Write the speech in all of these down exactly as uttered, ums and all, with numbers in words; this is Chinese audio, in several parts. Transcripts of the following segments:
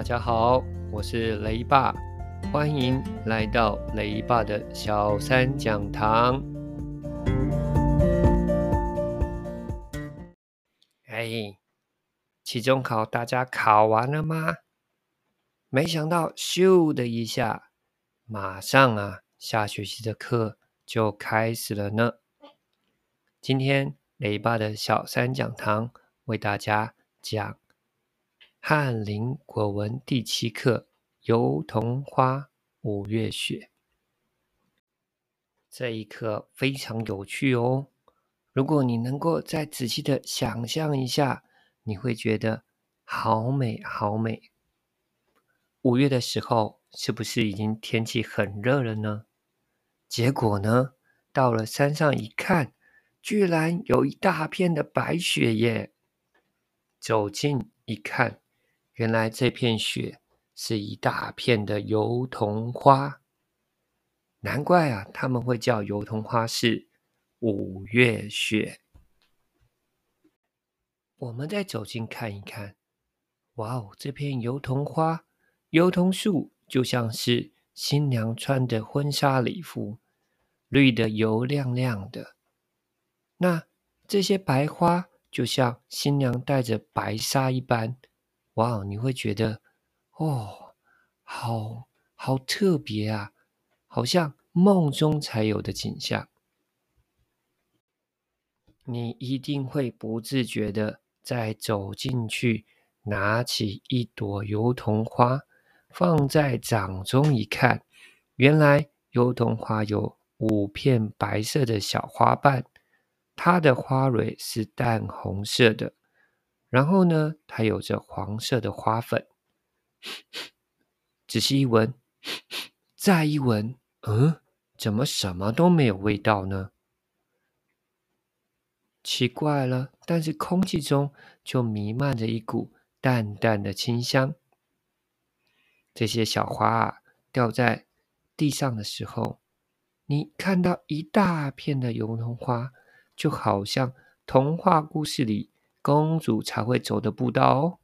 大家好，我是雷爸，欢迎来到雷爸的小三讲堂。哎，期中考大家考完了吗？没想到咻的一下，马上啊，下学期的课就开始了呢。今天雷爸的小三讲堂为大家讲翰林国文第七课油桐花五月雪。这一课非常有趣哦，如果你能够再仔细的想象一下，你会觉得好美好美。五月的时候是不是已经天气很热了呢？结果呢，到了山上一看，居然有一大片的白雪耶！走近一看，原来这片雪是一大片的油桐花。难怪啊，他们会叫油桐花是五月雪。我们再走近看一看，哇哦，这片油桐花，油桐树就像是新娘穿的婚纱礼服，绿的油亮亮的。那这些白花就像新娘戴着白纱一般，哇哦，你会觉得哦，好好特别啊，好像梦中才有的景象。你一定会不自觉的再走进去，拿起一朵油桐花，放在掌中一看，原来油桐花有五片白色的小花瓣，它的花蕊是淡红色的，然后呢，它有着黄色的花粉。仔细一闻，再一闻，嗯，怎么什么都没有味道呢？奇怪了，但是空气中就弥漫着一股淡淡的清香。这些小花啊，掉在地上的时候，你看到一大片的油桐花，就好像童话故事里公主才会走的步道哦。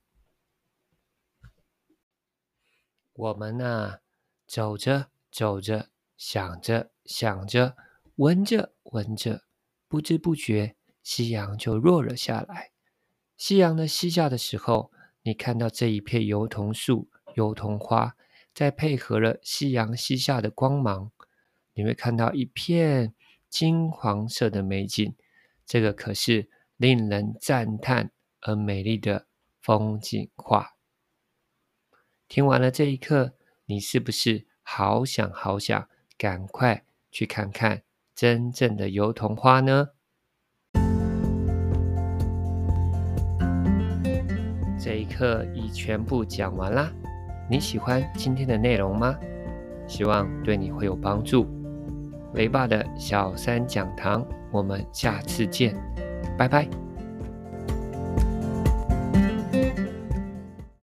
我们啊，走着走着，想着想着，闻着闻着，不知不觉夕阳就落了下来。夕阳的西下的时候，你看到这一片油桐树、油桐花，再配合了夕阳西下的光芒，你会看到一片金黄色的美景。这个可是令人赞叹而美丽的风景画。听完了这一课，你是不是好想好想赶快去看看真正的油桐花呢？这一课已全部讲完啦，你喜欢今天的内容吗？希望对你会有帮助。雷爸的小三讲堂，我们下次见，拜拜。